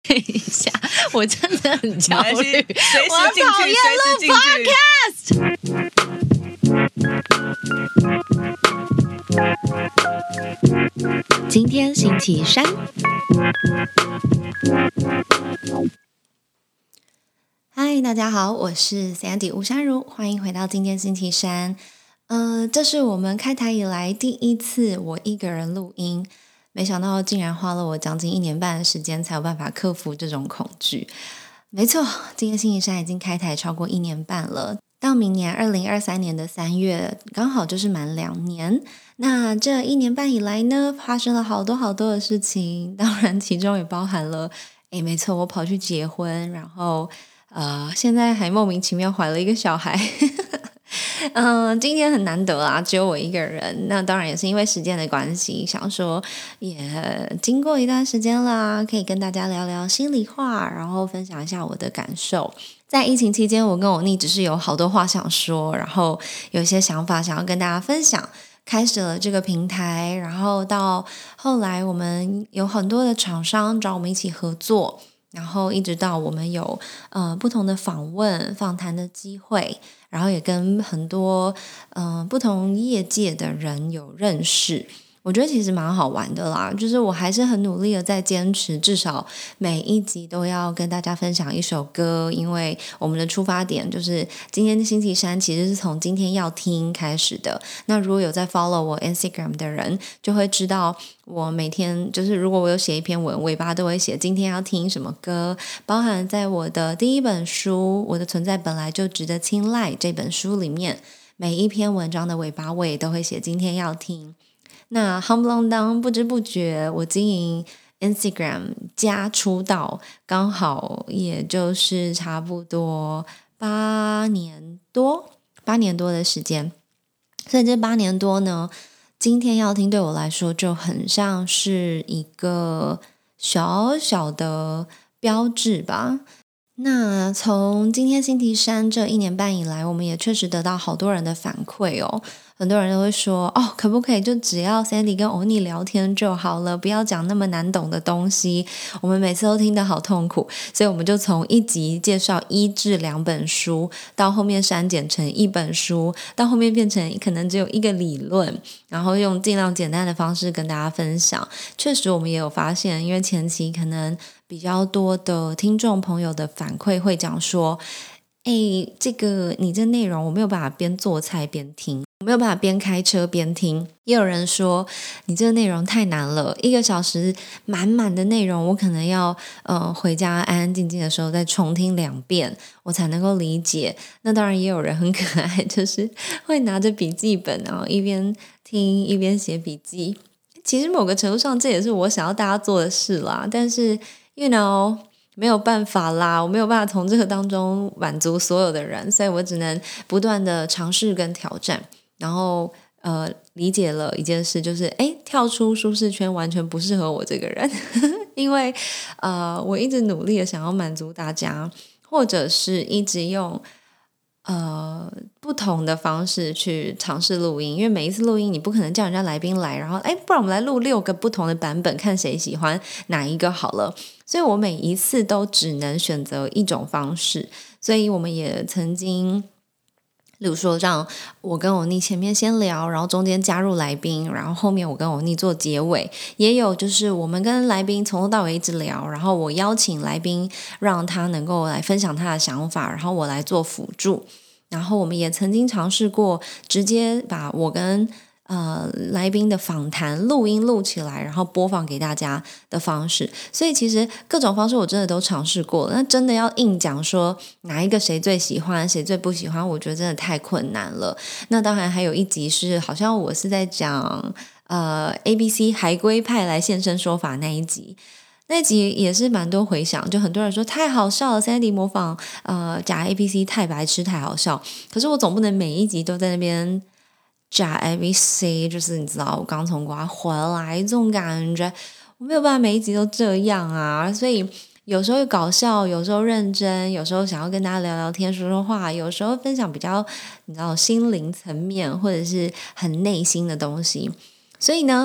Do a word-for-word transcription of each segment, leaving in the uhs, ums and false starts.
等一下，我真的很焦虑， 随时进去， 我讨厌录 podcast。今天星期三，嗨，大家好，我是 Sandy 吴珊如，欢迎回到今天星期三。呃，这是我们开台以来第一次我一个人录音。没想到竟然花了我将近一年半的时间才有办法克服这种恐惧。没错，今天星期三已经开台超过一年半了，到明年二零二三年的三月刚好就是满两年。那这一年半以来呢，发生了好多好多的事情，当然其中也包含了诶没错，我跑去结婚，然后呃，现在还莫名其妙怀了一个小孩嗯、呃，今天很难得啦，只有我一个人。那当然也是因为时间的关系，想说也经过一段时间啦，可以跟大家聊聊心里话，然后分享一下我的感受。在疫情期间，我跟我妮只是有好多话想说，然后有一些想法想要跟大家分享，开始了这个平台，然后到后来我们有很多的厂商找我们一起合作，然后一直到我们有呃不同的访问访谈的机会，然后也跟很多嗯、呃、不同业界的人有认识，我觉得其实蛮好玩的啦。就是我还是很努力的在坚持，至少每一集都要跟大家分享一首歌，因为我们的出发点就是今天的星期三其实是从今天要听开始的。那如果有在 follow 我 Instagram 的人就会知道，我每天就是如果我有写一篇文，尾巴都会写今天要听什么歌，包含在我的第一本书《我的存在本来就值得青睐》这本书里面，每一篇文章的尾巴我也都会写今天要听。那夯不啷当不知不觉我经营 Instagram 加出道刚好也就是差不多八年多八年多的时间，所以这八年多呢，今天要听对我来说就很像是一个小小的标志吧。那从今天星期三这一年半以来，我们也确实得到好多人的反馈哦。很多人都会说，哦，可不可以就只要 Sandy 跟欧尼聊天就好了，不要讲那么难懂的东西，我们每次都听得好痛苦。所以我们就从一集介绍一至两本书，到后面删减成一本书，到后面变成可能只有一个理论，然后用尽量简单的方式跟大家分享。确实我们也有发现，因为前期可能比较多的听众朋友的反馈会讲说，诶，这个你这内容我没有办法边做菜边听，我没有办法边开车边听。也有人说你这个内容太难了，一个小时满满的内容我可能要呃回家安安静静的时候再重听两遍我才能够理解。那当然也有人很可爱，就是会拿着笔记本然后一边听一边写笔记。其实某个程度上这也是我想要大家做的事啦，但是 you know没有办法啦，我没有办法从这个当中满足所有的人，所以我只能不断的尝试跟挑战，然后呃理解了一件事，就是诶跳出舒适圈完全不适合我这个人因为呃我一直努力的想要满足大家，或者是一直用呃，不同的方式去尝试录音，因为每一次录音你不可能叫人家来宾来，然后哎，不然我们来录六个不同的版本，看谁喜欢哪一个好了。所以我每一次都只能选择一种方式，所以我们也曾经例如说让我跟欧尼前面先聊，然后中间加入来宾，然后后面我跟欧尼做结尾。也有就是我们跟来宾从头到尾一直聊，然后我邀请来宾让他能够来分享他的想法，然后我来做辅助。然后我们也曾经尝试过直接把我跟呃来宾的访谈录音录起来，然后播放给大家的方式。所以其实各种方式我真的都尝试过了，那真的要硬讲说哪一个谁最喜欢谁最不喜欢，我觉得真的太困难了。那当然还有一集是好像我是在讲呃 A B C 海龟派来现身说法那一集，那集也是蛮多回响，就很多人说太好笑了 Sandy 模仿呃假 A B C 太白痴太好笑。可是我总不能每一集都在那边假 A B C， 就是你知道我刚从国外回来这种感觉，我没有办法每一集都这样啊。所以有时候搞笑，有时候认真，有时候想要跟大家聊聊天说说话，有时候分享比较你知道心灵层面或者是很内心的东西。所以呢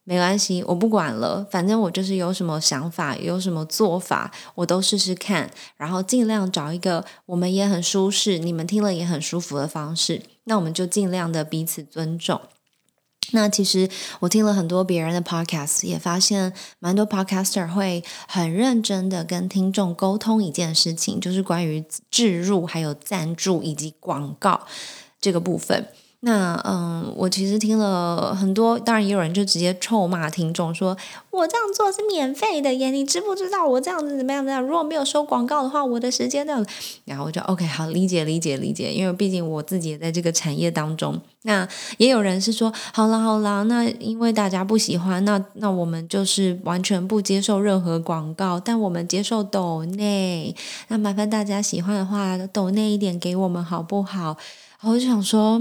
没关系，我不管了，反正我就是有什么想法，有什么做法，我都试试看，然后尽量找一个我们也很舒适，你们听了也很舒服的方式，那我们就尽量的彼此尊重。那其实我听了很多别人的 podcast， 也发现蛮多 podcaster 会很认真的跟听众沟通一件事情，就是关于置入还有赞助以及广告这个部分。那嗯，我其实听了很多，当然也有人就直接臭骂听众说，我这样做是免费的耶，你知不知道我这样子怎么样怎么样？如果没有收广告的话，我的时间呢？然后我就 OK 好，理解理解理解，因为毕竟我自己也在这个产业当中。那也有人是说，好啦好啦，那因为大家不喜欢，那那我们就是完全不接受任何广告，但我们接受抖内，那麻烦大家喜欢的话，抖内一点给我们好不好？然后我就想说，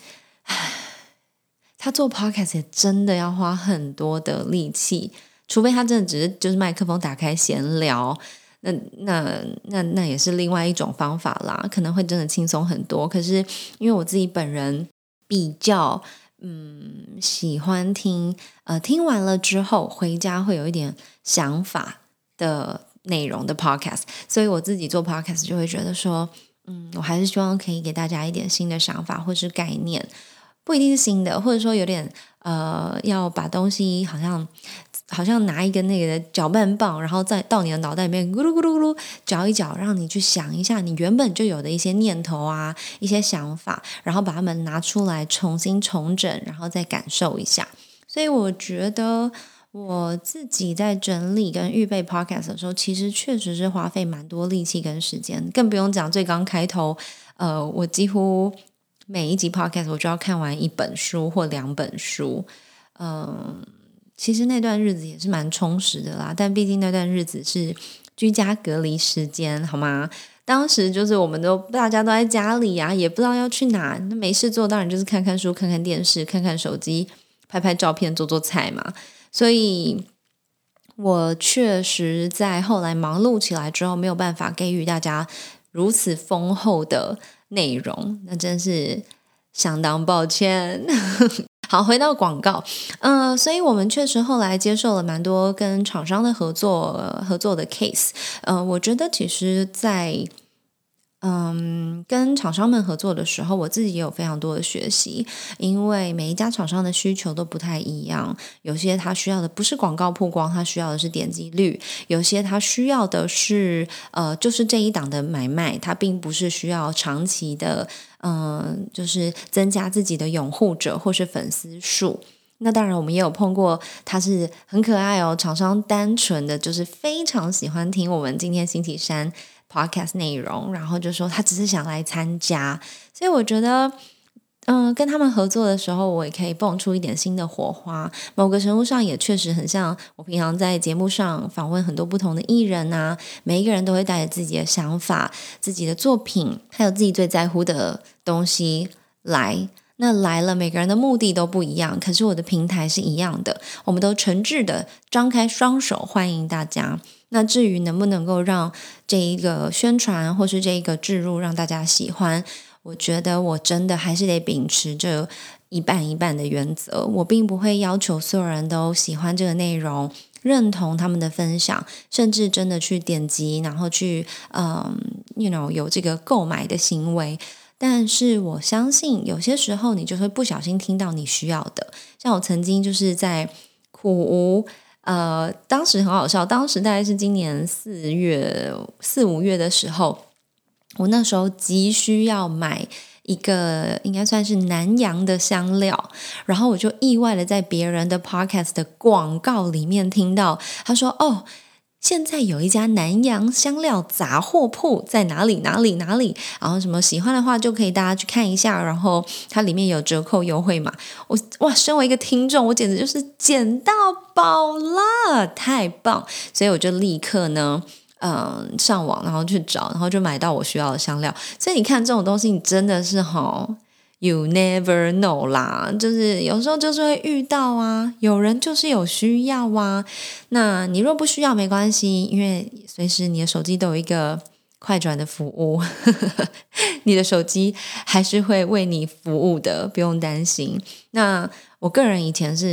他做 podcast 也真的要花很多的力气，除非他真的只是就是麦克风打开闲聊，那那那那也是另外一种方法啦，可能会真的轻松很多。可是因为我自己本人比较嗯喜欢听呃听完了之后回家会有一点想法的内容的 podcast， 所以我自己做 podcast 就会觉得说，嗯，我还是希望可以给大家一点新的想法或是概念。不一定是新的，或者说有点呃，要把东西好像好像拿一个那个搅拌棒，然后再到你的脑袋里面咕噜咕噜咕噜搅一搅，让你去想一下你原本就有的一些念头啊，一些想法，然后把它们拿出来重新重整，然后再感受一下。所以我觉得我自己在整理跟预备 podcast 的时候，其实确实是花费蛮多力气跟时间，更不用讲最刚开头，呃，我几乎每一集 podcast 我就要看完一本书或两本书，嗯，其实那段日子也是蛮充实的啦，但毕竟那段日子是居家隔离时间，好吗？当时就是我们都大家都在家里啊，也不知道要去哪，那没事做当然就是看看书、看看电视、看看手机、拍拍照片、做做菜嘛。所以我确实在后来忙碌起来之后，没有办法给予大家如此丰厚的内容，那真是相当抱歉。好，回到广告，呃，所以我们确实后来接受了蛮多跟厂商的合作、呃、合作的 case，呃，我觉得其实在嗯，跟厂商们合作的时候，我自己也有非常多的学习，因为每一家厂商的需求都不太一样，有些他需要的不是广告曝光，他需要的是点击率，有些他需要的是呃，就是这一档的买卖，他并不是需要长期的，嗯、呃，就是增加自己的拥护者或是粉丝数。那当然我们也有碰过他是很可爱哦，厂商单纯的就是非常喜欢听我们今天星期三podcast 内容，然后就说他只是想来参加，所以我觉得嗯、呃，跟他们合作的时候我也可以蹦出一点新的火花，某个程度上也确实很像我平常在节目上访问很多不同的艺人啊，每一个人都会带着自己的想法、自己的作品还有自己最在乎的东西来，那来了每个人的目的都不一样，可是我的平台是一样的，我们都诚挚的张开双手欢迎大家。那至于能不能够让这一个宣传或是这一个置入让大家喜欢，我觉得我真的还是得秉持着一半一半的原则，我并不会要求所有人都喜欢这个内容，认同他们的分享，甚至真的去点击然后去嗯 you know 有这个购买的行为。但是我相信有些时候你就会不小心听到你需要的，像我曾经就是在苦无呃，当时很好笑，当时大概是今年四月四五月的时候，我那时候急需要买一个应该算是南洋的香料，然后我就意外的在别人的 podcast 的广告里面听到他说哦，现在有一家南洋香料杂货铺在哪里哪里哪里，然后什么喜欢的话就可以大家去看一下，然后它里面有折扣优惠码。我哇，身为一个听众，我简直就是捡到宝了，太棒！所以我就立刻呢嗯，上网然后去找，然后就买到我需要的香料。所以你看这种东西你真的是齁You never know 啦，就是有时候就是会遇到啊，有人就是有需要啊。那你若不需要没关系，因为随时你的手机都有一个快转的服务你的手机还是会为你服务的，不用担心。那我个人以前是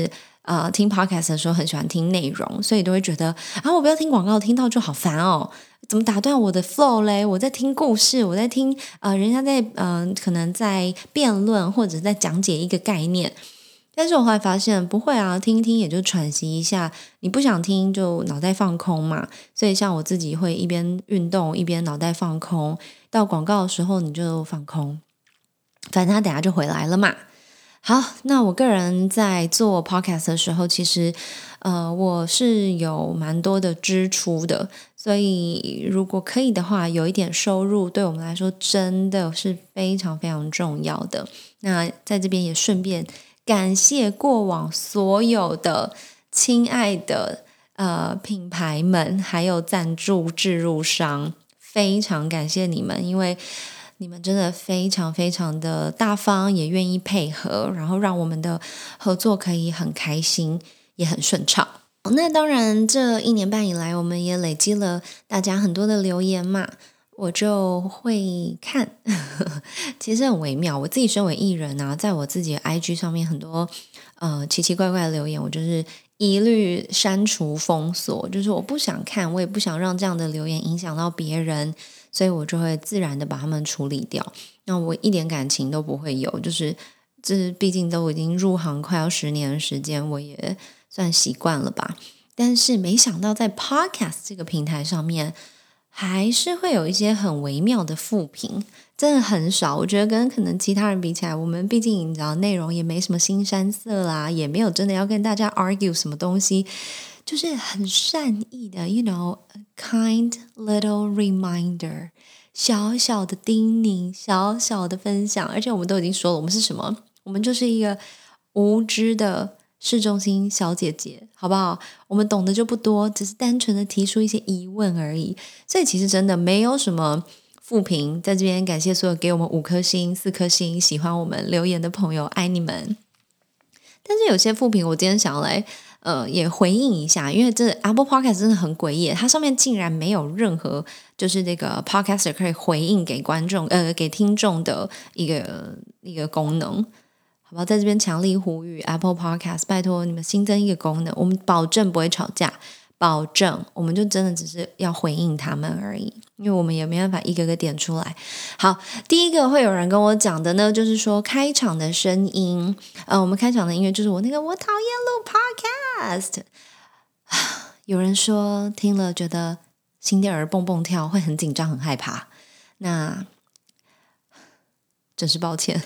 呃听 podcast 的时候很喜欢听内容，所以都会觉得啊，我不要听广告，听到就好烦哦，怎么打断我的 flow 嘞？我在听故事，我在听呃人家在嗯、呃、可能在辩论或者在讲解一个概念。但是我后来发现不会啊，听一听也就喘息一下，你不想听就脑袋放空嘛。所以像我自己会一边运动一边脑袋放空，到广告的时候你就放空，反正他等下就回来了嘛。好，那我个人在做 podcast 的时候，其实呃我是有蛮多的支出的，所以如果可以的话，有一点收入对我们来说真的是非常非常重要的。那在这边也顺便感谢过往所有的亲爱的呃品牌们，还有赞助置入商，非常感谢你们，因为你们真的非常非常的大方，也愿意配合，然后让我们的合作可以很开心，也很顺畅。那当然这一年半以来，我们也累积了大家很多的留言嘛，我就会看其实很微妙，我自己身为艺人啊，在我自己的 I G 上面很多呃奇奇怪怪的留言，我就是一律删除封锁，就是我不想看，我也不想让这样的留言影响到别人，所以我就会自然的把他们处理掉。那我一点感情都不会有，就是这毕竟都已经入行快要十年的时间，我也算习惯了吧。但是没想到在 Podcast 这个平台上面还是会有一些很微妙的负评，真的很少。我觉得跟可能其他人比起来，我们毕竟你知道内容也没什么新山色啦，也没有真的要跟大家 argue 什么东西，就是很善意的 you know a kind little reminder， 小小的叮咛，小小的分享。而且我们都已经说了，我们是什么？我们就是一个无知的市中心小姐姐，好不好？我们懂得就不多，只是单纯的提出一些疑问而已。所以其实真的没有什么负评，在这边感谢所有给我们五颗星、四颗星喜欢我们留言的朋友，爱你们。但是有些负评我今天想要来呃也回应一下，因为这 Apple Podcast 真的很诡异，它上面竟然没有任何就是这个 Podcaster 可以回应给观众呃给听众的一个一个功能。好不好？在这边强力呼吁 Apple Podcast， 拜托你们新增一个功能，我们保证不会吵架，保证我们就真的只是要回应他们而已，因为我们也没办法一个个点出来。好，第一个会有人跟我讲的呢，就是说开场的声音，呃，我们开场的音乐就是我那个我讨厌录 Podcast， 有人说听了觉得心跳儿蹦蹦跳，会很紧张很害怕，那真是抱歉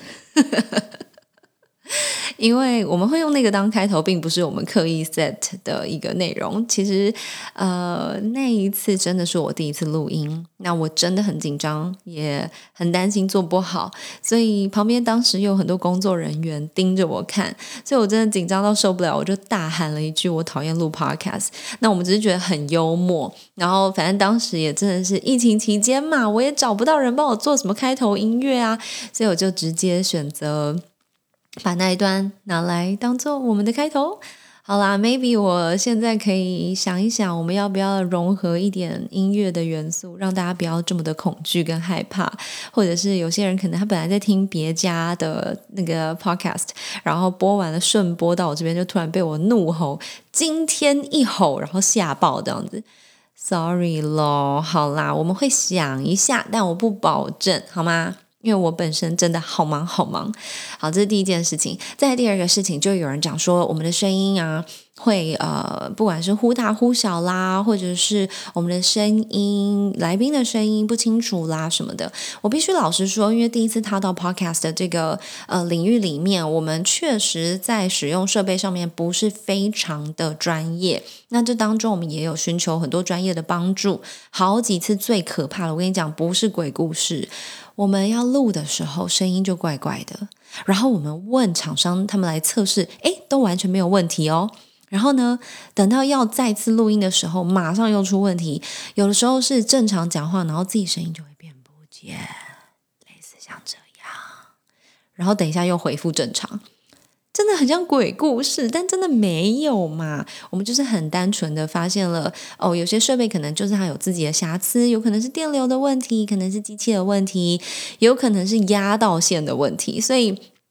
因为我们会用那个当开头，并不是我们刻意 set 的一个内容。其实呃，那一次真的是我第一次录音，那我真的很紧张，也很担心做不好，所以旁边当时有很多工作人员盯着我看，所以我真的紧张到受不了，我就大喊了一句我讨厌录 podcast。 那我们只是觉得很幽默，然后反正当时也真的是疫情期间嘛，我也找不到人帮我做什么开头音乐啊，所以我就直接选择把那一段拿来当做我们的开头。好啦 maybe 我现在可以想一想，我们要不要融合一点音乐的元素，让大家不要这么的恐惧跟害怕，或者是有些人可能他本来在听别家的那个 podcast， 然后播完了顺播到我这边，就突然被我怒吼惊天一吼，然后吓爆这样子。Sorry 咯，好啦，我们会想一下，但我不保证，好吗？因为我本身真的好忙好忙。好，这是第一件事情。再来第二个事情，就有人讲说我们的声音啊会呃，不管是忽大忽小啦，或者是我们的声音来宾的声音不清楚啦什么的。我必须老实说，因为第一次踏到 podcast 的这个呃领域里面，我们确实在使用设备上面不是非常的专业，那这当中我们也有寻求很多专业的帮助。好几次最可怕的，我跟你讲，不是鬼故事，我们要录的时候声音就怪怪的，然后我们问厂商他们来测试，诶，都完全没有问题哦。然后呢，等到要再次录音的时候，马上又出问题。有的时候是正常讲话，然后自己声音就会变不见，类似像这样，然后等一下又恢复正常。真的很像鬼故事，但真的没有嘛。我们就是很单纯的发现了哦，有些设备可能就是它有自己的瑕疵，有可能是电流的问题，可能是机器的问题，有可能是压到线的问题。所以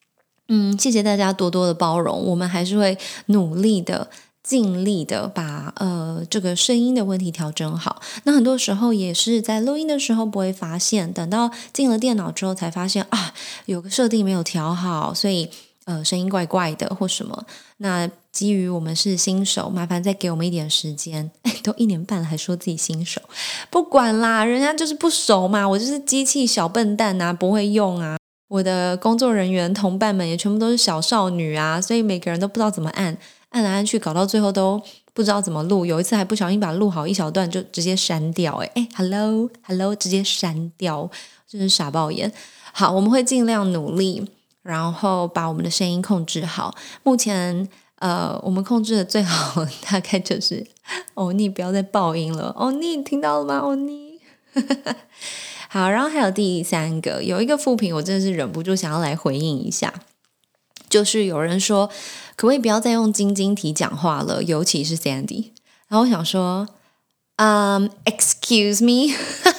嗯，谢谢大家多多的包容，我们还是会努力的尽力的把呃这个声音的问题调整好。那很多时候也是在录音的时候不会发现，等到进了电脑之后才发现啊，有个设定没有调好，所以呃声音怪怪的或什么。那基于我们是新手，麻烦再给我们一点时间。哎，都一年半了还说自己新手，不管啦，人家就是不熟嘛，我就是机器小笨蛋啊，不会用啊。我的工作人员同伴们也全部都是小少女啊，所以每个人都不知道怎么按，按来按去，搞到最后都不知道怎么录。有一次还不小心把录好一小段就直接删掉，哎哎 ，hello hello，直接删掉，真是傻爆眼。好，我们会尽量努力，然后把我们的声音控制好。目前呃，我们控制的最好大概就是欧尼不要再爆音了，欧尼听到了吗？欧尼。好，然后还有第三个，有一个负评我真的是忍不住想要来回应一下，就是有人说可不可以不要再用晶晶体讲话了，尤其是 Sandy。 然后我想说嗯、um, excuse me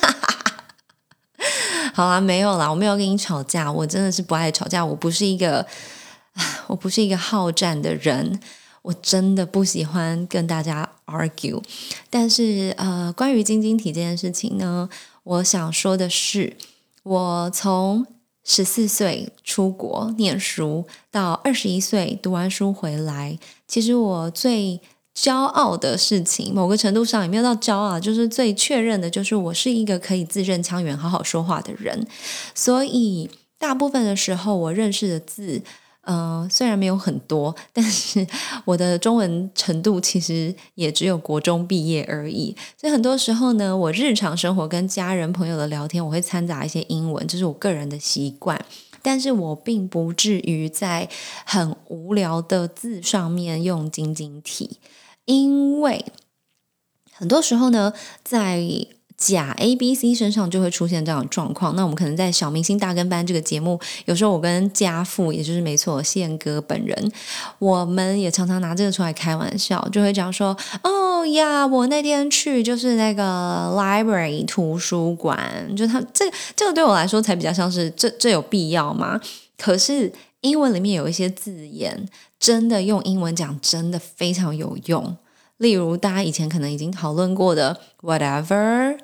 好啦，没有啦，我没有跟你吵架，我真的是不爱吵架，我不是一个我不是一个好战的人，我真的不喜欢跟大家 argue。 但是呃，关于晶晶体这件事情呢，我想说的是，我从十四岁出国念书到二十一岁读完书回来，其实我最骄傲的事情，某个程度上也没有到骄傲，就是最确认的就是我是一个可以字正腔圆好好说话的人。所以大部分的时候我认识的字呃，虽然没有很多，但是我的中文程度其实也只有国中毕业而已。所以很多时候呢，我日常生活跟家人朋友的聊天，我会掺杂一些英文，这是我个人的习惯。但是我并不至于在很无聊的字上面用晶晶体，因为很多时候呢，在假 A B C 身上就会出现这样的状况。那我们可能在小明星大跟班这个节目，有时候我跟家父，也就是没错宪哥本人，我们也常常拿这个出来开玩笑，就会讲说哦呀，我那天去就是那个 library 图书馆，就他这个这个对我来说才比较像是这这有必要吗？可是英文里面有一些字眼真的用英文讲真的非常有用，例如大家以前可能已经讨论过的 whatever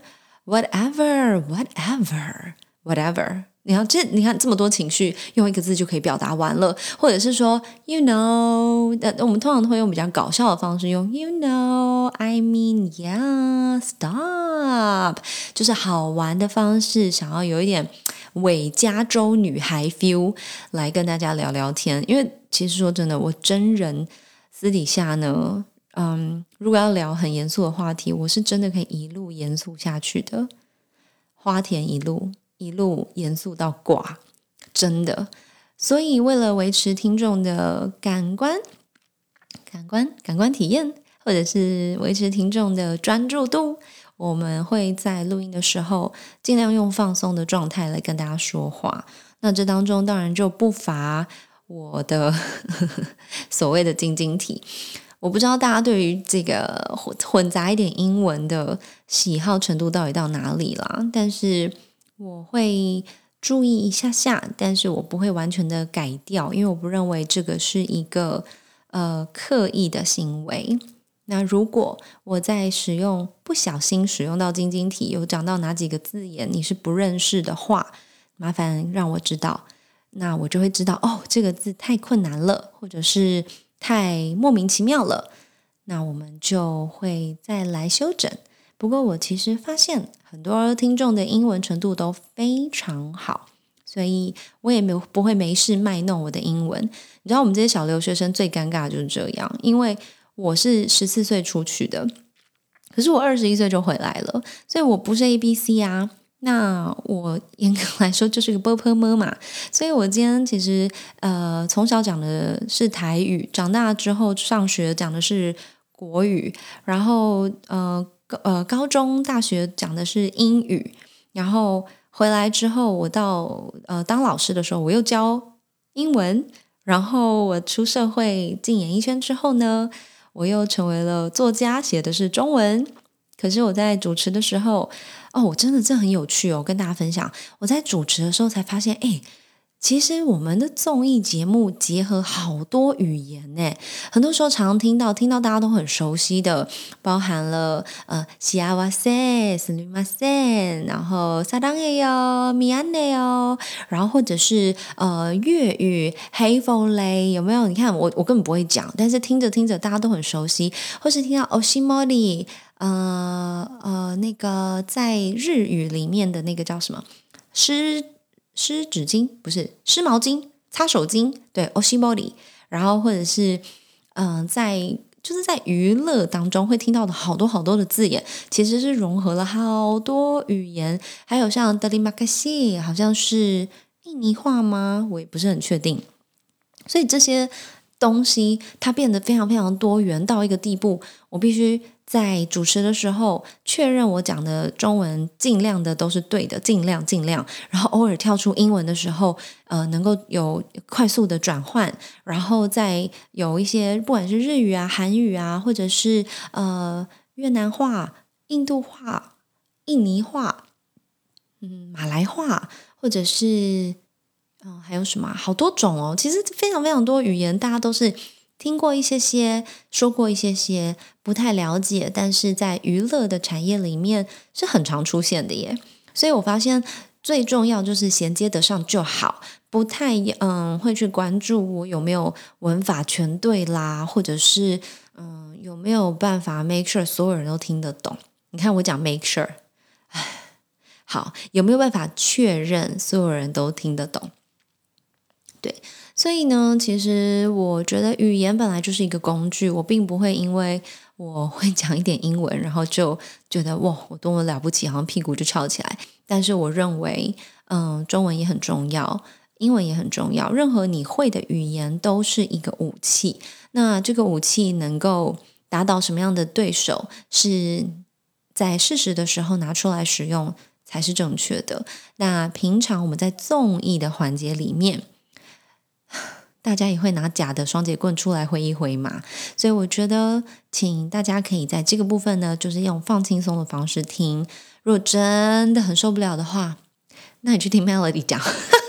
whatever whatever whatever， 你看这你看这么多情绪用一个字就可以表达完了。或者是说 you know， 我们通常会用比较搞笑的方式用 you know I mean yeah stop， 就是好玩的方式，想要有一点伪加州女孩 feel 来跟大家聊聊天。因为其实说真的，我真人私底下呢嗯，如果要聊很严肃的话题，我是真的可以一路严肃下去的，花田一路一路严肃到挂，真的。所以为了维持听众的感官感官感官体验，或者是维持听众的专注度，我们会在录音的时候尽量用放松的状态来跟大家说话。那这当中当然就不乏我的所谓的晶晶体。我不知道大家对于这个混杂一点英文的喜好程度到底到哪里啦，但是我会注意一下下，但是我不会完全的改掉，因为我不认为这个是一个呃刻意的行为。那如果我在使用不小心使用到晶晶体，有讲到哪几个字眼你是不认识的话，麻烦让我知道，那我就会知道哦，这个字太困难了，或者是太莫名其妙了，那我们就会再来修整。不过我其实发现很多听众的英文程度都非常好，所以我也没有不会没事卖弄我的英文。你知道我们这些小留学生最尴尬的就是这样，因为我是十四岁出去的，可是我二十一岁就回来了，所以我不是 A B C 啊。那我严格来说就是个波波么嘛，所以我今天其实呃从小讲的是台语，长大之后上学讲的是国语，然后呃呃高中大学讲的是英语，然后回来之后我到呃当老师的时候我又教英文，然后我出社会进演艺圈之后呢，我又成为了作家，写的是中文。可是我在主持的时候哦，我真的这很有趣哦，跟大家分享。我在主持的时候才发现，哎， 其实我们的综艺节目结合好多语言呢，很多时候常常听到听到大家都很熟悉的，包含了呃幸せ、すみません，然后사랑해요、미안해요，然后或者是呃粤语黑鳳梨，有没有？你看我我根本不会讲，但是听着听着大家都很熟悉，或是听到おしもり，呃呃那个在日语里面的那个叫什么湿湿纸巾，不是湿毛巾，擦手巾，对 oshimori， 然后或者是嗯、呃，在就是在娱乐当中会听到的好多好多的字眼，其实是融合了好多语言，还有像 terimakasih 好像是印尼话吗？我也不是很确定，所以这些东西它变得非常非常多元到一个地步，我必须在主持的时候确认我讲的中文尽量的都是对的，尽量尽量，然后偶尔跳出英文的时候呃，能够有快速的转换，然后再有一些不管是日语啊、韩语啊，或者是呃越南话、印度话、印尼话、嗯马来话，或者是嗯、呃、还有什么好多种哦，其实非常非常多语言，大家都是听过一些些，说过一些些，不太了解，但是在娱乐的产业里面是很常出现的耶。所以我发现最重要就是衔接得上就好，不太嗯会去关注我有没有文法全对啦，或者是嗯有没有办法 make sure 所有人都听得懂。你看我讲 make sure， 好，有没有办法确认所有人都听得懂？对。所以呢，其实我觉得语言本来就是一个工具，我并不会因为我会讲一点英文，然后就觉得哇，我多么了不起，好像屁股就翘起来。但是我认为，嗯，中文也很重要，英文也很重要，任何你会的语言都是一个武器。那这个武器能够打倒什么样的对手，是在适时的时候拿出来使用才是正确的。那平常我们在综艺的环节里面，大家也会拿假的双节棍出来挥一挥嘛，所以我觉得请大家可以在这个部分呢，就是用放轻松的方式听，如果真的很受不了的话，那你去听 Melody 讲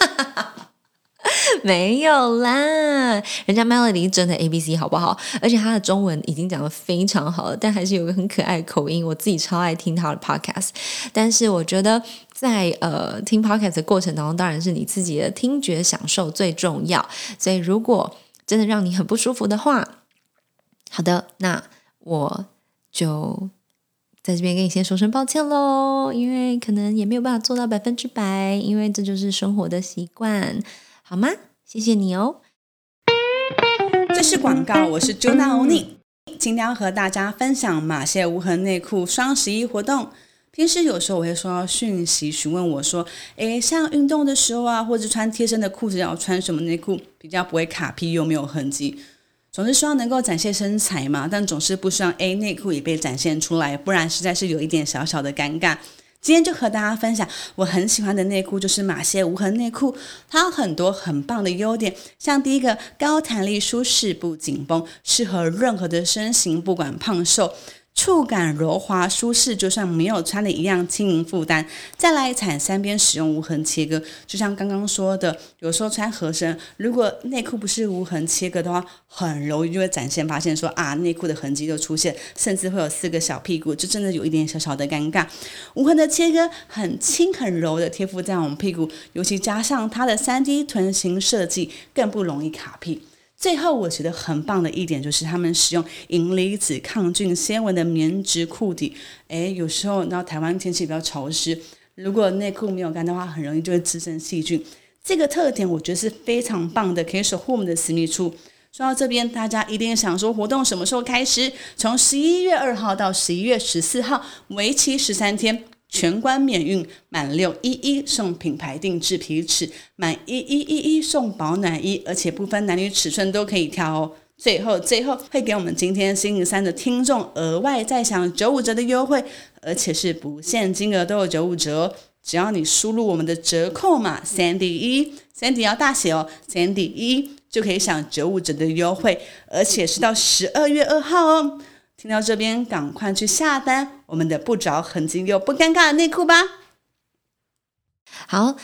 没有啦，人家 Melody 真的 A B C 好不好？而且他的中文已经讲得非常好了，但还是有个很可爱的口音，我自己超爱听他的 podcast。但是我觉得在呃听 podcast 的过程当中，当然是你自己的听觉享受最重要。所以如果真的让你很不舒服的话，好的，那我就在这边跟你先说声抱歉咯，因为可能也没有办法做到百分之百，因为这就是生活的习惯，好吗？谢谢你哦。 这是广告，我是 Juna Oni， 今天要和大家分享马歇无痕内裤双十一活动。平时有时候我会收到讯息询问我说，诶，像运动的时候啊，或者穿贴身的裤子要穿什么内裤比较不会卡屁又没有痕迹。总是希望能够展现身材嘛，但总是不希望 A 内裤也被展现出来，不然实在是有一点小小的尴尬。今天就和大家分享我很喜欢的内裤，就是马歇无痕内裤。它有很多很棒的优点，像第一个高弹力舒适不紧绷，适合任何的身形，不管胖瘦，触感柔滑舒适，就像没有穿的一样轻盈负担。再来产三边使用无痕切割，就像刚刚说的，有时候穿合身，如果内裤不是无痕切割的话，很容易就会展现发现说啊，内裤的痕迹就出现，甚至会有四个小屁股，就真的有一点小小的尴尬。无痕的切割很轻很柔的贴附在我们屁股，尤其加上它的 三 D 臀型设计，更不容易卡屁。最后我觉得很棒的一点就是他们使用银离子抗菌纤维的棉质裤底。诶，有时候你知道台湾天气比较潮湿，如果内裤没有干的话，很容易就会滋生细菌。这个特点我觉得是非常棒的，可以守护我们的私密处。说到这边，大家一定想说活动什么时候开始？从十一月二号到十一月十四号，为期十三天。全关免运，满六一一送品牌定制皮尺，满一一一一送保暖衣，而且不分男女尺寸都可以挑哦。最后最后会给我们今天星期三的听众额外再享九五折的优惠，而且是不限金额都有九五折哦。只要你输入我们的折扣码 Sandy 一 Sandy 要大写哦 Sandy 一就可以享九五折的优惠，而且是到十二月二号哦。听到这边赶快去下单我们的不着痕迹又不尴尬的内裤吧。 好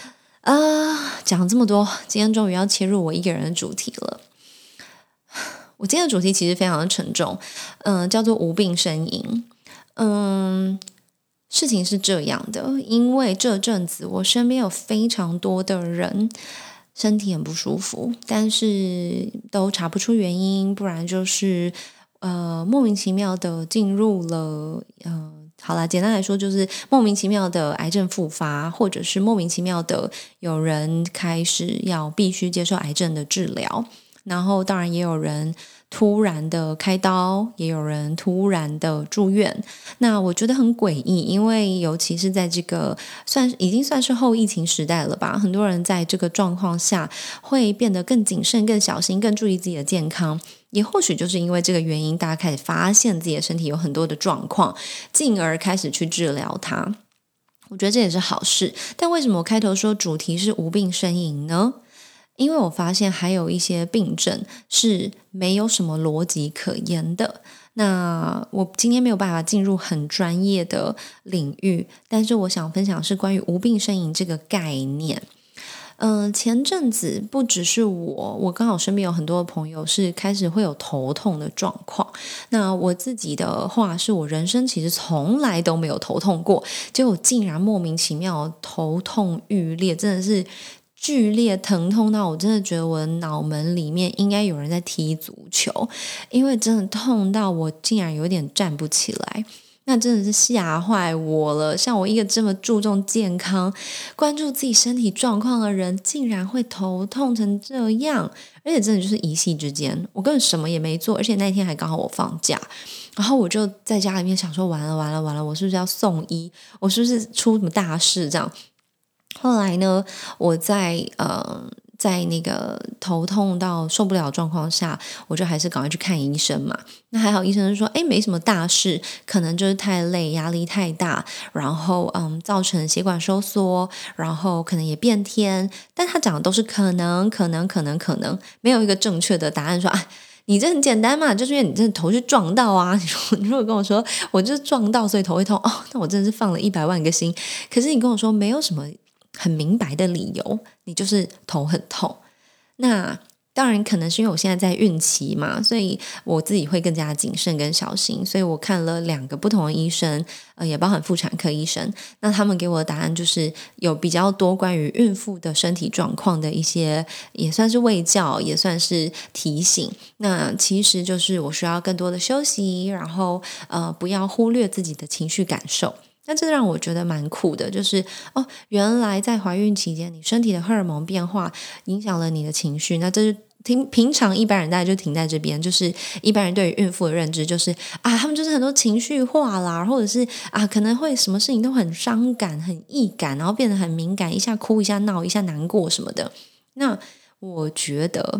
呃，讲这么多，今天终于要切入我一个人的主题了。我今天的主题其实非常的沉重，嗯、呃，叫做无病呻吟。嗯，事情是这样的，因为这阵子我身边有非常多的人身体很不舒服，但是都查不出原因，不然就是呃莫名其妙的进入了呃。好啦，简单来说就是莫名其妙的癌症复发，或者是莫名其妙的有人开始要必须接受癌症的治疗，然后当然也有人突然的开刀，也有人突然的住院。那我觉得很诡异，因为尤其是在这个算已经算是后疫情时代了吧，很多人在这个状况下会变得更谨慎、更小心、更注意自己的健康。也或许就是因为这个原因，大家开始发现自己的身体有很多的状况，进而开始去治疗它。我觉得这也是好事。但为什么我开头说主题是无病呻吟呢？因为我发现还有一些病症是没有什么逻辑可言的。那我今天没有办法进入很专业的领域，但是我想分享是关于无病呻吟这个概念。嗯、呃，前阵子不只是我，我刚好身边有很多朋友是开始会有头痛的状况。那我自己的话，是我人生其实从来都没有头痛过，结果竟然莫名其妙头痛欲裂，真的是剧烈疼痛到我真的觉得我的脑门里面应该有人在踢足球，因为真的痛到我竟然有点站不起来。那真的是吓坏我了，像我一个这么注重健康、关注自己身体状况的人，竟然会头痛成这样，而且真的就是一夕之间，我根本什么也没做，而且那天还刚好我放假，然后我就在家里面想说完了完了完了，我是不是要送医，我是不是出什么大事这样。后来呢，我在呃在那个头痛到受不了的状况下，我就还是赶快去看医生嘛。那还好医生说，诶，没什么大事，可能就是太累，压力太大，然后嗯造成血管收缩，然后可能也变天。但他讲的都是可能可能可能可能，没有一个正确的答案说啊。你这很简单嘛，就是因为你真的头去撞到啊！你说，你如果跟我说我就是撞到所以头会痛，哦，那我真的是放了一百万个心。可是你跟我说没有什么很明白的理由，你就是头很痛。那当然可能是因为我现在在孕期嘛，所以我自己会更加谨慎跟小心，所以我看了两个不同的医生，呃，也包含妇产科医生。那他们给我的答案就是有比较多关于孕妇的身体状况的一些，也算是卫教，也算是提醒。那其实就是我需要更多的休息，然后呃，不要忽略自己的情绪感受。那这让我觉得蛮酷的，就是哦，原来在怀孕期间，你身体的荷尔蒙变化影响了你的情绪。那这是平平常一般人大概就停在这边，就是一般人对于孕妇的认知就是啊，他们就是很多情绪化啦，或者是啊，可能会什么事情都很伤感、很易感，然后变得很敏感，一下哭一下闹一下难过什么的。那我觉得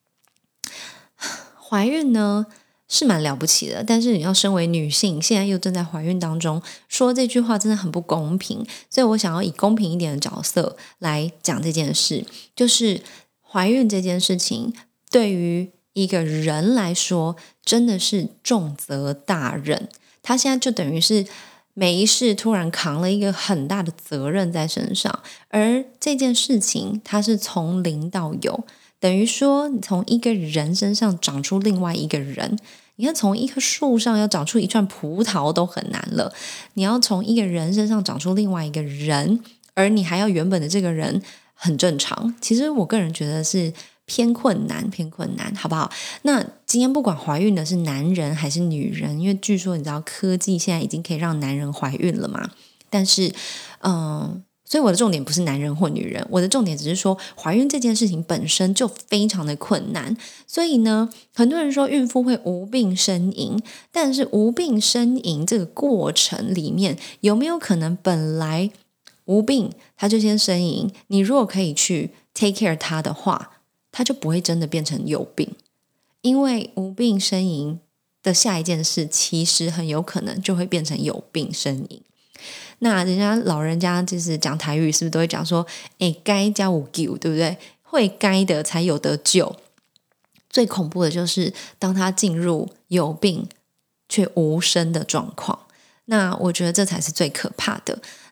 怀孕呢是蛮了不起的，但是你要身为女性，现在又正在怀孕当中，说这句话真的很不公平。所以我想要以公平一点的角色来讲这件事，就是怀孕这件事情对于一个人来说真的是重责大任。他现在就等于是每一世突然扛了一个很大的责任在身上，而这件事情它是从零到有，等于说你从一个人身上长出另外一个人。你看从一棵树上要长出一串葡萄都很难了，你要从一个人身上长出另外一个人，而你还要原本的这个人很正常，其实我个人觉得是偏困难偏困难，好不好？那今天不管怀孕的是男人还是女人，因为据说你知道科技现在已经可以让男人怀孕了嘛，但是嗯、呃所以我的重点不是男人或女人，我的重点只是说怀孕这件事情本身就非常的困难。所以呢，很多人说孕妇会无病呻吟，但是无病呻吟这个过程里面有没有可能本来无病他就先呻吟，你如果可以去 take care 他的话，他就不会真的变成有病。因为无病呻吟的下一件事其实很有可能就会变成有病呻吟。那人家老人家就是讲台语是不是都会讲说诶该加有救，对不对？会该的才有得救。最恐怖的就是当他进入有病却无声的状况，那我觉得这才是最可怕的。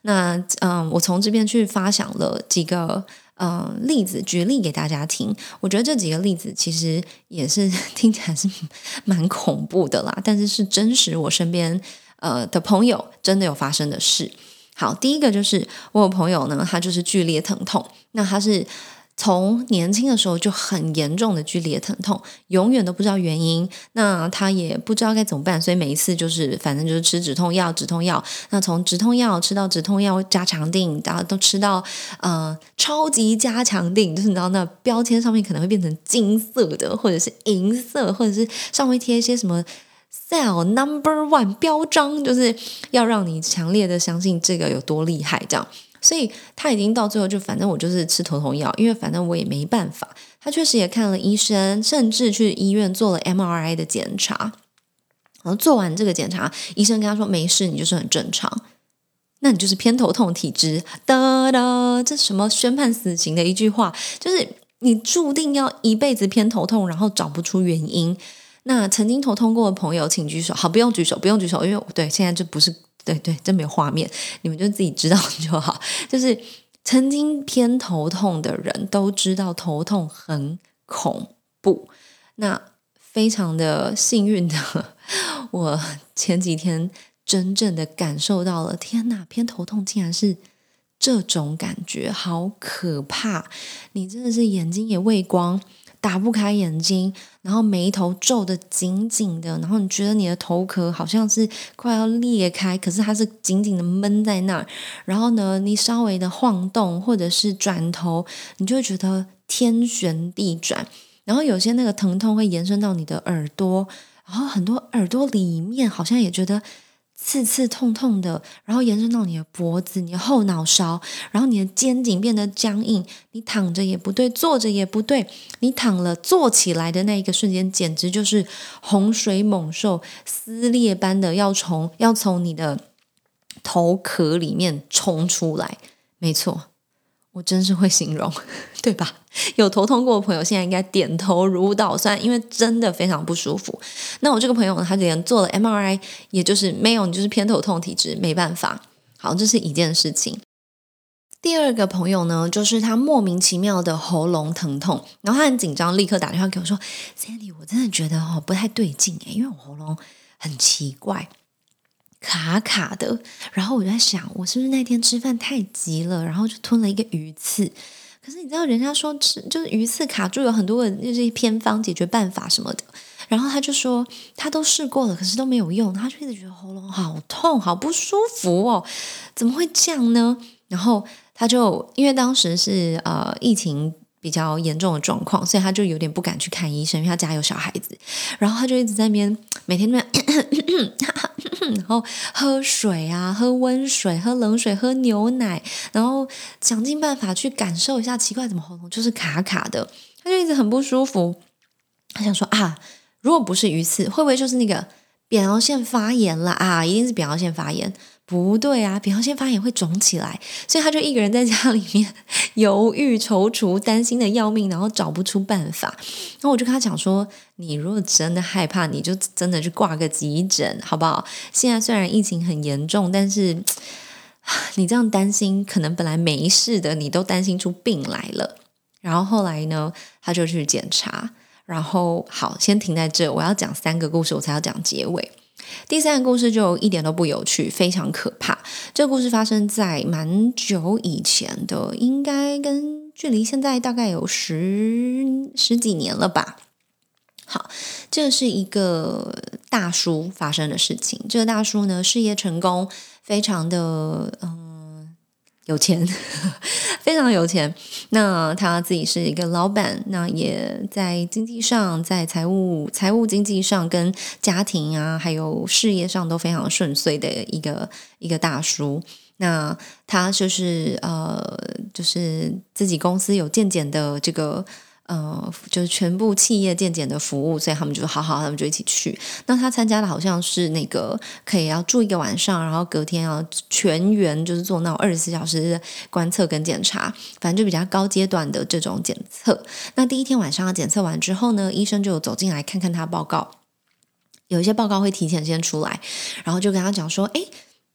那嗯，我从这边去发想了几个嗯例子，举例给大家听。我觉得这几个例子其实也是听起来是蛮恐怖的啦，但是是真实我身边呃的朋友真的有发生的事。好，第一个就是我有朋友呢，他就是剧烈疼痛，那他是从年轻的时候就很严重的剧烈疼痛，永远都不知道原因，那他也不知道该怎么办，所以每一次就是反正就是吃止痛药止痛药，那从止痛药吃到止痛药加强定，然后都吃到呃超级加强定，就是你知道那标签上面可能会变成金色的或者是银色，或者是上面贴一些什么Cell Number One 标章，就是要让你强烈的相信这个有多厉害这样。所以他已经到最后就反正我就是吃头痛药，因为反正我也没办法。他确实也看了医生，甚至去医院做了 M R I 的检查，然后做完这个检查，医生跟他说没事，你就是很正常，那你就是偏头痛体质。哒哒，这什么宣判死刑的一句话，就是你注定要一辈子偏头痛，然后找不出原因。那曾经头痛过的朋友请举手。好，不用举手不用举手，因为对现在就不是对对，真没有画面，你们就自己知道就好。就是曾经偏头痛的人都知道头痛很恐怖。那非常的幸运的，我前几天真正的感受到了，天哪，偏头痛竟然是这种感觉，好可怕！你真的是眼睛也畏光，打不开眼睛，然后眉头皱得紧紧的，然后你觉得你的头壳好像是快要裂开，可是它是紧紧的闷在那儿。然后呢，你稍微的晃动或者是转头，你就会觉得天旋地转。然后有些那个疼痛会延伸到你的耳朵，然后很多耳朵里面好像也觉得刺刺痛痛的，然后延伸到你的脖子、你的后脑勺，然后你的肩颈变得僵硬，你躺着也不对，坐着也不对，你躺了坐起来的那一个瞬间，简直就是洪水猛兽撕裂般的要从要从你的头壳里面冲出来。没错，我真是会形容，对吧？有头痛过的朋友现在应该点头如捣蒜，因为真的非常不舒服。那我这个朋友呢，他连做了 M R I， 也就是没有，你就是偏头痛体质，没办法。好，这是一件事情。第二个朋友呢，就是他莫名其妙的喉咙疼痛，然后他很紧张，立刻打电话给我说 Sandy， 我真的觉得哦不太对劲耶，因为我喉咙很奇怪，卡卡的。然后我就在想，我是不是那天吃饭太急了，然后就吞了一个鱼刺。可是你知道人家说吃就是鱼刺卡住有很多的就是偏方解决办法什么的，然后他就说他都试过了，可是都没有用，他就一直觉得喉咙好痛好不舒服哦，怎么会这样呢？然后他就因为当时是呃疫情比较严重的状况，所以他就有点不敢去看医生，因为他家有小孩子，然后他就一直在那边每天那边然后喝水啊，喝温水，喝冷水，喝牛奶，然后想尽办法去感受一下，奇怪怎么喉咙就是卡卡的，他就一直很不舒服。他想说啊，如果不是鱼刺，会不会就是那个扁桃腺发炎了啊？一定是扁桃腺发炎。不对啊，扁桃腺发炎会肿起来，所以他就一个人在家里面犹豫踌躇，担心的要命，然后找不出办法。然后我就跟他讲说，你如果真的害怕，你就真的去挂个急诊好不好？现在虽然疫情很严重，但是你这样担心，可能本来没事的，你都担心出病来了。然后后来呢，他就去检查，然后好，先停在这，我要讲三个故事，我才要讲结尾。第三个故事就一点都不有趣，非常可怕。这个故事发生在蛮久以前的，应该跟距离现在大概有十十几年了吧。好，这是一个大叔发生的事情。这个大叔呢，事业成功，非常的嗯有钱非常有钱。那他自己是一个老板，那也在经济上，在财务财务经济上跟家庭啊还有事业上都非常顺遂的一个一个大叔。那他就是呃就是自己公司有健检的这个呃，就是全部企业健检的服务，所以他们就好好，他们就一起去。那他参加的好像是那个可以要住一个晚上，然后隔天要全员就是做那种二十四小时的观测跟检查，反正就比较高阶段的这种检测。那第一天晚上检测完之后呢，医生就走进来看看他报告，有一些报告会提前先出来，然后就跟他讲说，诶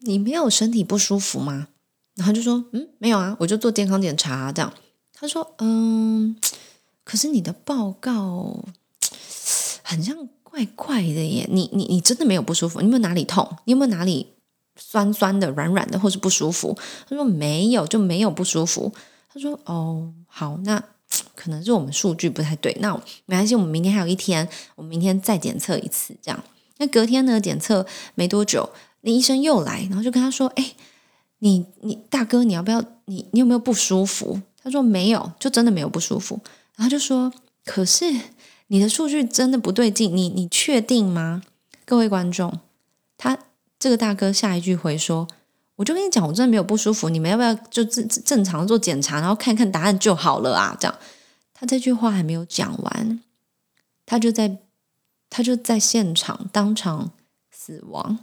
你没有身体不舒服吗？然后他就说嗯，没有啊，我就做健康检查、啊、这样。他说嗯，可是你的报告很像怪怪的耶，你你你真的没有不舒服？你有没有哪里痛？你有没有哪里酸酸的软软的或是不舒服？他说没有，就没有不舒服。他说哦好，那可能是我们数据不太对，那没关系，我们明天还有一天，我们明天再检测一次这样。那隔天呢检测没多久，那医生又来，然后就跟他说哎，你你大哥你要不要你你有没有不舒服？他说没有，就真的没有不舒服。然后就说可是你的数据真的不对劲，你你确定吗？各位观众，他这个大哥下一句回说我就跟你讲我真的没有不舒服，你们要不要就正正常做检查，然后看看答案就好了啊？这样，他这句话还没有讲完，他就在他就在现场当场死亡。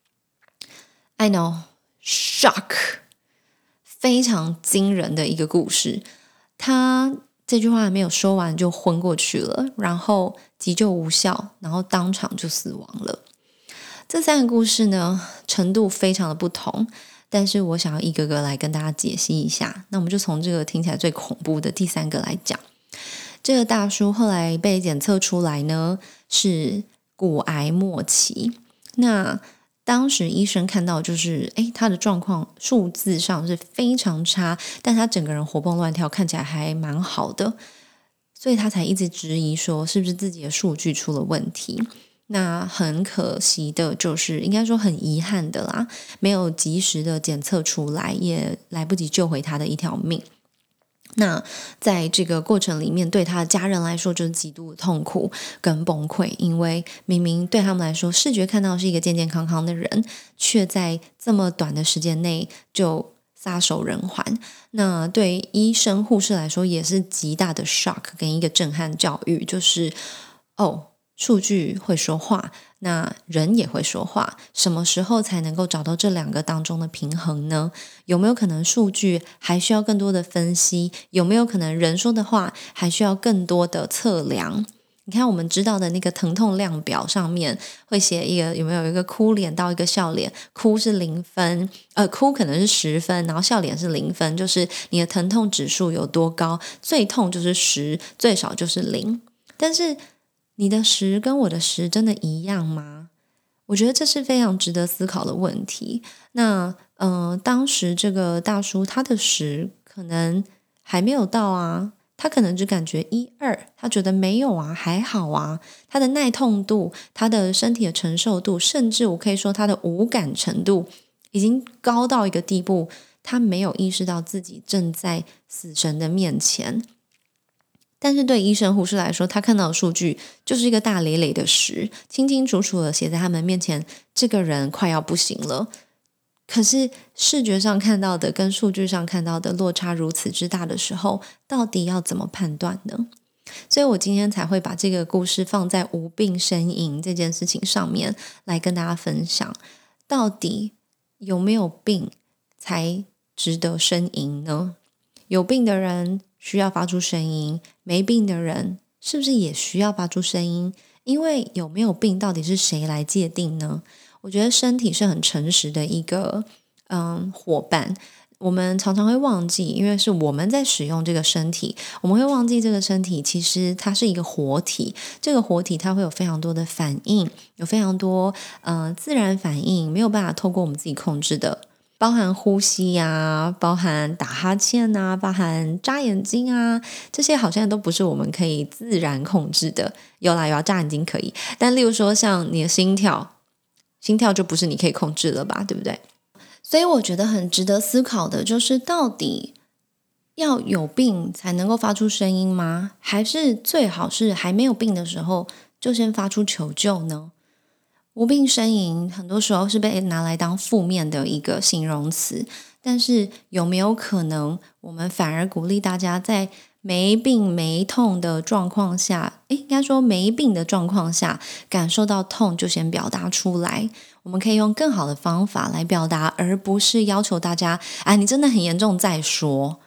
I know shock， 非常惊人的一个故事。他这句话还没有说完就昏过去了，然后急救无效，然后当场就死亡了。这三个故事呢程度非常的不同，但是我想要一个个来跟大家解析一下。那我们就从这个听起来最恐怖的第三个来讲。这个大叔后来被检测出来呢是骨癌末期，那当时医生看到就是诶他的状况数字上是非常差，但他整个人活蹦乱跳，看起来还蛮好的，所以他才一直质疑说是不是自己的数据出了问题。那很可惜的就是应该说很遗憾的啦，没有及时的检测出来，也来不及救回他的一条命。那在这个过程里面对他的家人来说就是极度的痛苦跟崩溃，因为明明对他们来说视觉看到是一个健健康康的人，却在这么短的时间内就撒手人寰。那对医生护士来说也是极大的 shock 跟一个震撼教育，就是哦数据会说话，那人也会说话，什么时候才能够找到这两个当中的平衡呢？有没有可能数据还需要更多的分析？有没有可能人说的话还需要更多的测量？你看我们知道的那个疼痛量表上面会写一个有没有一个哭脸到一个笑脸，哭是零分，呃，哭可能是十分，然后笑脸是零分，就是你的疼痛指数有多高，最痛就是十，最少就是零。但是你的十跟我的十真的一样吗？我觉得这是非常值得思考的问题。那呃，当时这个大叔他的十可能还没有到啊，他可能只感觉一二，他觉得没有啊，还好啊。他的耐痛度，他的身体的承受度，甚至我可以说他的无感程度已经高到一个地步，他没有意识到自己正在死神的面前。但是对医生护士来说，他看到的数据就是一个大累累的十，清清楚楚的写在他们面前，这个人快要不行了。可是视觉上看到的跟数据上看到的落差如此之大的时候，到底要怎么判断呢？所以我今天才会把这个故事放在无病呻吟这件事情上面来跟大家分享，到底有没有病才值得呻吟呢？有病的人需要发出声音，没病的人是不是也需要发出声音？因为有没有病到底是谁来界定呢？我觉得身体是很诚实的一个嗯伙伴，我们常常会忘记，因为是我们在使用这个身体，我们会忘记这个身体其实它是一个活体，这个活体它会有非常多的反应，有非常多呃自然反应，没有办法透过我们自己控制的，包含呼吸啊，包含打哈欠啊，包含眨眼睛啊，这些好像都不是我们可以自然控制的。有啦有啦，眨眼睛可以，但例如说像你的心跳，心跳就不是你可以控制了吧，对不对？所以我觉得很值得思考的就是到底要有病才能够发出声音吗？还是最好是还没有病的时候就先发出求救呢？无病呻吟很多时候是被拿来当负面的一个形容词，但是有没有可能我们反而鼓励大家在没病没痛的状况下，诶，应该说没病的状况下感受到痛就先表达出来，我们可以用更好的方法来表达，而不是要求大家啊，你真的很严重再说。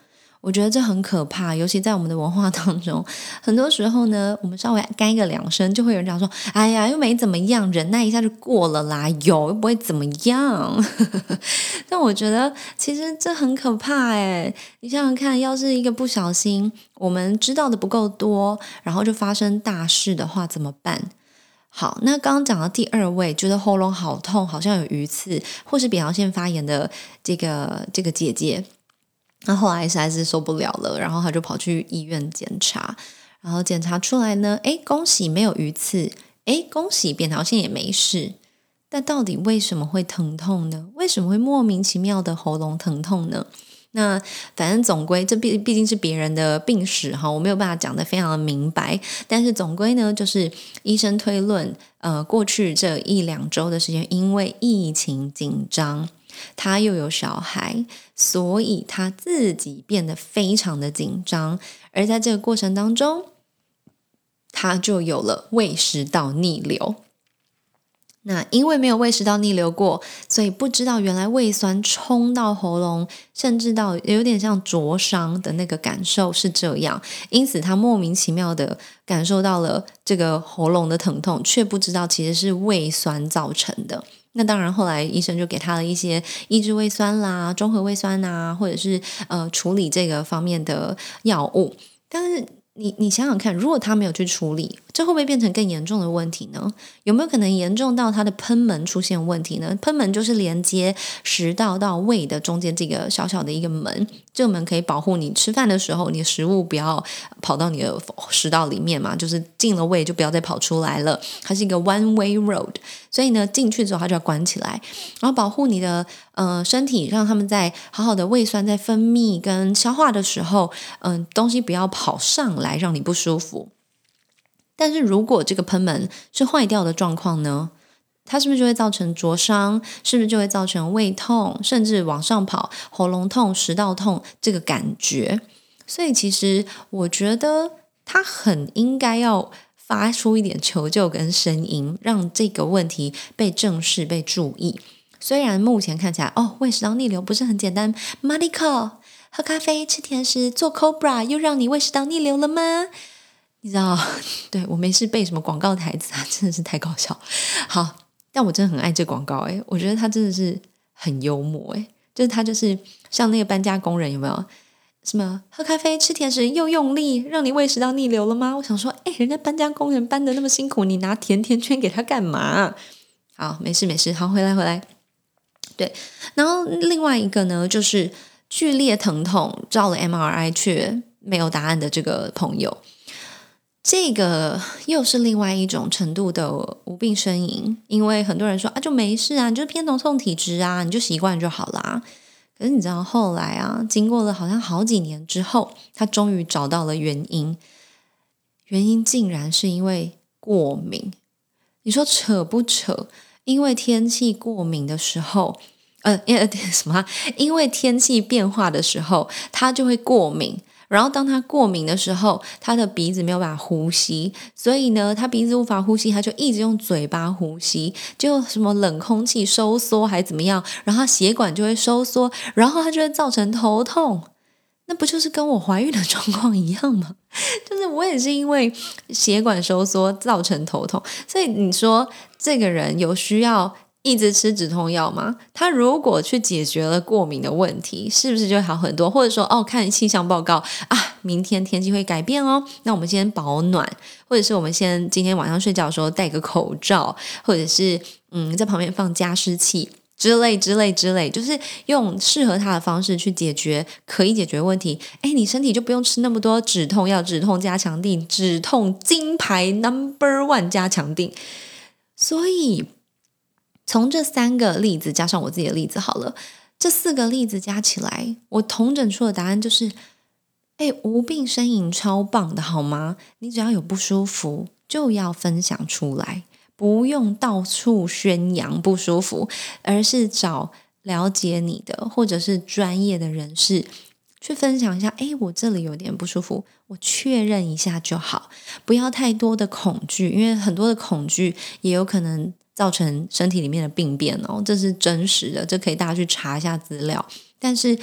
我觉得这很可怕，尤其在我们的文化当中，很多时候呢，我们稍微干个两声，就会有人讲说：“哎呀，又没怎么样，忍耐一下就过了啦，有又不会怎么样。”但我觉得其实这很可怕诶，你想想看，要是一个不小心，我们知道的不够多，然后就发生大事的话，怎么办？好，那刚刚讲到第二位，觉得喉咙好痛，好像有鱼刺，或是扁桃腺发炎的这个这个姐姐。那后来实在是受不了了，然后他就跑去医院检查，然后检查出来呢，诶，恭喜没有鱼刺，诶，恭喜扁桃腺也没事。但到底为什么会疼痛呢？为什么会莫名其妙的喉咙疼痛呢？那反正总归这毕毕竟是别人的病史哈，我没有办法讲得非常的明白，但是总归呢，就是医生推论，呃，过去这一两周的时间，因为疫情紧张，他又有小孩，所以他自己变得非常的紧张，而在这个过程当中，他就有了胃食道逆流。那因为没有胃食道逆流过，所以不知道原来胃酸冲到喉咙，甚至到有点像灼伤的那个感受是这样，因此他莫名其妙的感受到了这个喉咙的疼痛，却不知道其实是胃酸造成的。那当然后来医生就给他了一些抑制胃酸啦、中和胃酸啊，或者是呃处理这个方面的药物。但是你你想想看，如果他没有去处理，这会不会变成更严重的问题呢？有没有可能严重到他的贲门出现问题呢？贲门就是连接食道到胃的中间这个小小的一个门，这个门可以保护你吃饭的时候，你的食物不要跑到你的食道里面嘛，就是进了胃就不要再跑出来了。它是一个 one way road， 所以呢进去之后它就要关起来，然后保护你的呃身体，让他们在好好的胃酸在分泌跟消化的时候，嗯、呃，东西不要跑上来让你不舒服。但是如果这个贲门是坏掉的状况呢，它是不是就会造成灼伤？是不是就会造成胃痛，甚至往上跑喉咙痛、食道痛这个感觉？所以其实我觉得他很应该要发出一点求救跟声音，让这个问题被正视、被注意。虽然目前看起来哦，胃食道逆流不是很简单 ，Monica 喝咖啡、吃甜食、做 Cobra 又让你胃食道逆流了吗？你知道，对，我没事背什么广告台词啊，真的是太搞笑。好，但我真的很爱这广告诶，我觉得他真的是很幽默诶，就是他就是像那个搬家工人有没有？什么喝咖啡吃甜食又用力，让你胃食道逆流了吗？我想说，诶，人家搬家工人搬得那么辛苦，你拿甜甜圈给他干嘛？好，没事没事，好，回来回来。对，然后另外一个呢，就是剧烈疼痛，照了 M R I 却没有答案的这个朋友。这个又是另外一种程度的无病呻吟，因为很多人说啊，就没事啊，你就是偏头痛体质啊，你就习惯就好啦。可是你知道后来啊，经过了好像好几年之后，他终于找到了原因，原因竟然是因为过敏。你说扯不扯？因为天气过敏的时候，呃，因为什么？因为天气变化的时候，他就会过敏。然后当他过敏的时候，他的鼻子没有办法呼吸，所以呢，他鼻子无法呼吸，他就一直用嘴巴呼吸，就什么冷空气收缩还怎么样，然后血管就会收缩，然后它就会造成头痛。那不就是跟我怀孕的状况一样吗？就是我也是因为血管收缩造成头痛，所以你说这个人有需要一直吃止痛药吗？他如果去解决了过敏的问题，是不是就会好很多？或者说哦，看气象报告啊，明天天气会改变哦，那我们先保暖，或者是我们先今天晚上睡觉的时候戴个口罩，或者是嗯在旁边放加湿器之类之类之类，就是用适合他的方式去解决可以解决问题。诶，你身体就不用吃那么多止痛药，止痛加强定，止痛金牌 number one 加强定。所以从这三个例子加上我自己的例子好了，这四个例子加起来，我统整出的答案就是诶，无病呻吟超棒的好吗？你只要有不舒服就要分享出来，不用到处宣扬不舒服，而是找了解你的或者是专业的人士去分享一下，诶，我这里有点不舒服，我确认一下就好，不要太多的恐惧，因为很多的恐惧也有可能造成身体里面的病变哦，这是真实的，这可以大家去查一下资料。但是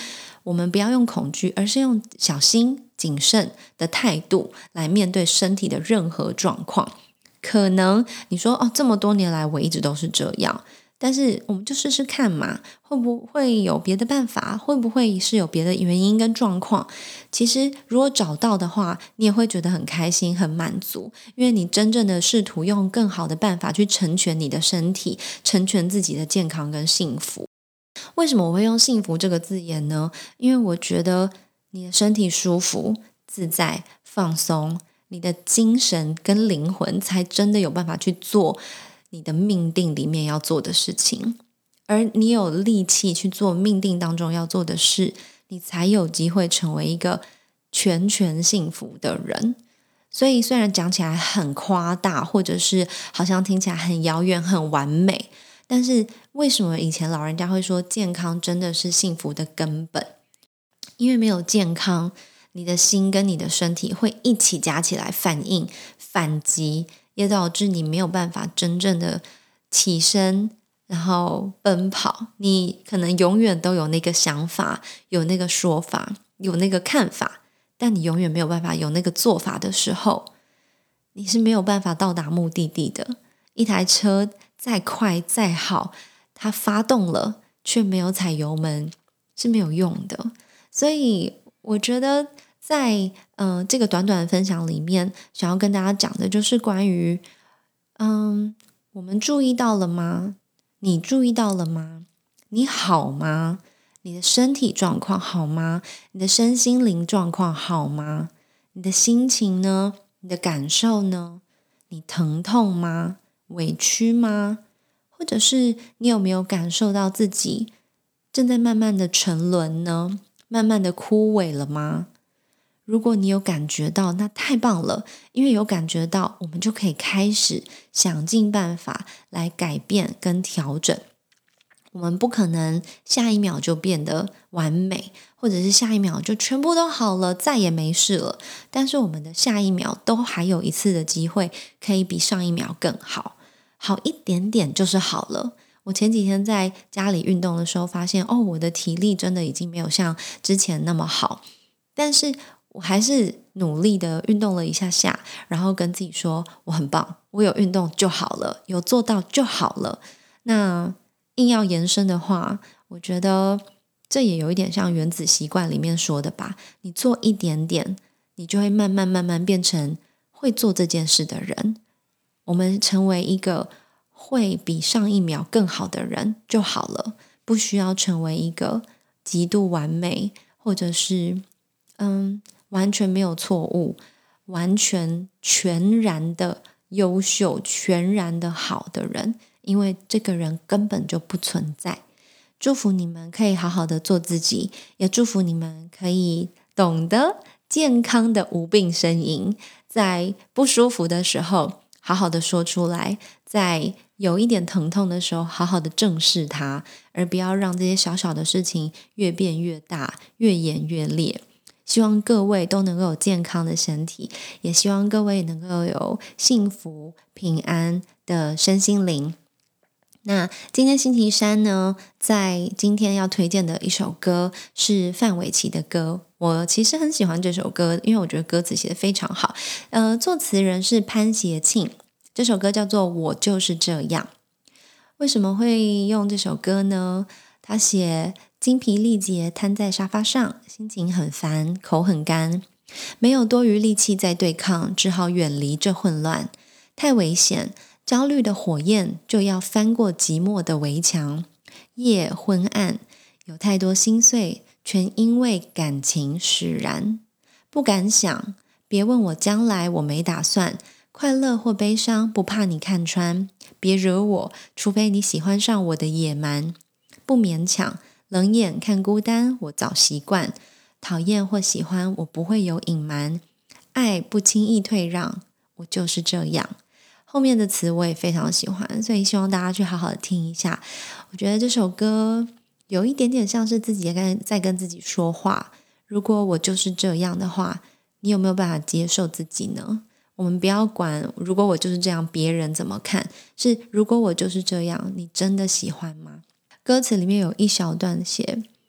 我们不要用恐惧，而是用小心谨慎的态度来面对身体的任何状况。可能你说哦，这么多年来我一直都是这样，但是我们就试试看嘛，会不会有别的办法？会不会是有别的原因跟状况？其实如果找到的话，你也会觉得很开心很满足，因为你真正的试图用更好的办法去成全你的身体，成全自己的健康跟幸福。为什么我会用幸福这个字眼呢？因为我觉得你的身体舒服自在放松，你的精神跟灵魂才真的有办法去做你的命定里面要做的事情，而你有力气去做命定当中要做的事，你才有机会成为一个全权幸福的人。所以虽然讲起来很夸大，或者是好像听起来很遥远很完美，但是为什么以前老人家会说健康真的是幸福的根本？因为没有健康，你的心跟你的身体会一起加起来反应反击，也导致你没有办法真正的起身然后奔跑。你可能永远都有那个想法，有那个说法，有那个看法，但你永远没有办法有那个做法的时候，你是没有办法到达目的地的。一台车再快再好，它发动了却没有踩油门是没有用的。所以我觉得在呃这个短短的分享里面，想要跟大家讲的就是关于嗯，我们注意到了吗？你注意到了吗？你好吗？你的身体状况好吗？你的身心灵状况好吗？你的心情呢？你的感受呢？你疼痛吗？委屈吗？或者是你有没有感受到自己正在慢慢的沉沦呢？慢慢的枯萎了吗？如果你有感觉到，那太棒了，因为有感觉到，我们就可以开始想尽办法来改变跟调整。我们不可能下一秒就变得完美，或者是下一秒就全部都好了，再也没事了。但是我们的下一秒都还有一次的机会，可以比上一秒更好，好一点点就是好了。我前几天在家里运动的时候发现，哦，我的体力真的已经没有像之前那么好，但是我还是努力的运动了一下下，然后跟自己说我很棒，我有运动就好了，有做到就好了。那硬要延伸的话，我觉得这也有一点像原子习惯里面说的吧，你做一点点，你就会慢慢慢慢变成会做这件事的人。我们成为一个会比上一秒更好的人就好了，不需要成为一个极度完美，或者是嗯完全没有错误，完全全然的优秀，全然的好的人，因为这个人根本就不存在。祝福你们可以好好的做自己，也祝福你们可以懂得健康的无病呻吟，在不舒服的时候好好的说出来，在有一点疼痛的时候好好的正视它，而不要让这些小小的事情越变越大，越演越烈。希望各位都能够有健康的身体，也希望各位能够有幸福平安的身心灵。那今天星期三呢，在今天要推荐的一首歌是范玮琪的歌，我其实很喜欢这首歌，因为我觉得歌词写得非常好。呃，作词人是潘协庆，这首歌叫做《我就是这样》。为什么会用这首歌呢？他写精疲力竭瘫在沙发上，心情很烦，口很干，没有多余力气再对抗，只好远离这混乱，太危险，焦虑的火焰就要翻过寂寞的围墙。夜昏暗，有太多心碎，全因为感情使然。不敢想，别问我将来，我没打算，快乐或悲伤不怕你看穿，别惹我，除非你喜欢上我的野蛮。不勉强，冷眼看孤单，我早习惯，讨厌或喜欢，我不会有隐瞒，爱不轻易退让，我就是这样。后面的词我也非常喜欢，所以希望大家去好好的听一下。我觉得这首歌有一点点像是自己在跟自己说话，如果我就是这样的话，你有没有办法接受自己呢？我们不要管如果我就是这样别人怎么看，是如果我就是这样，你真的喜欢吗？歌词里面有一小段写，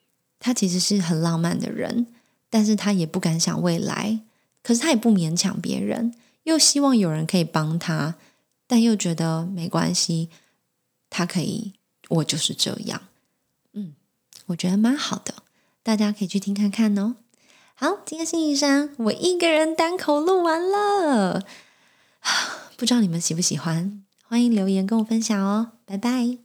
他其实是很浪漫的人，但是他也不敢想未来，可是他也不勉强别人，又希望有人可以帮他，但又觉得没关系，他可以，我就是这样。嗯，我觉得蛮好的，大家可以去听看看哦。好，今天星期三我一个人单口录完了，不知道你们喜不喜欢，欢迎留言跟我分享哦，拜拜。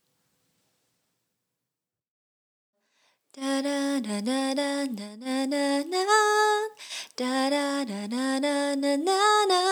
哒哒哒哒哒哒哒哒哒哒哒哒哒哒哒哒。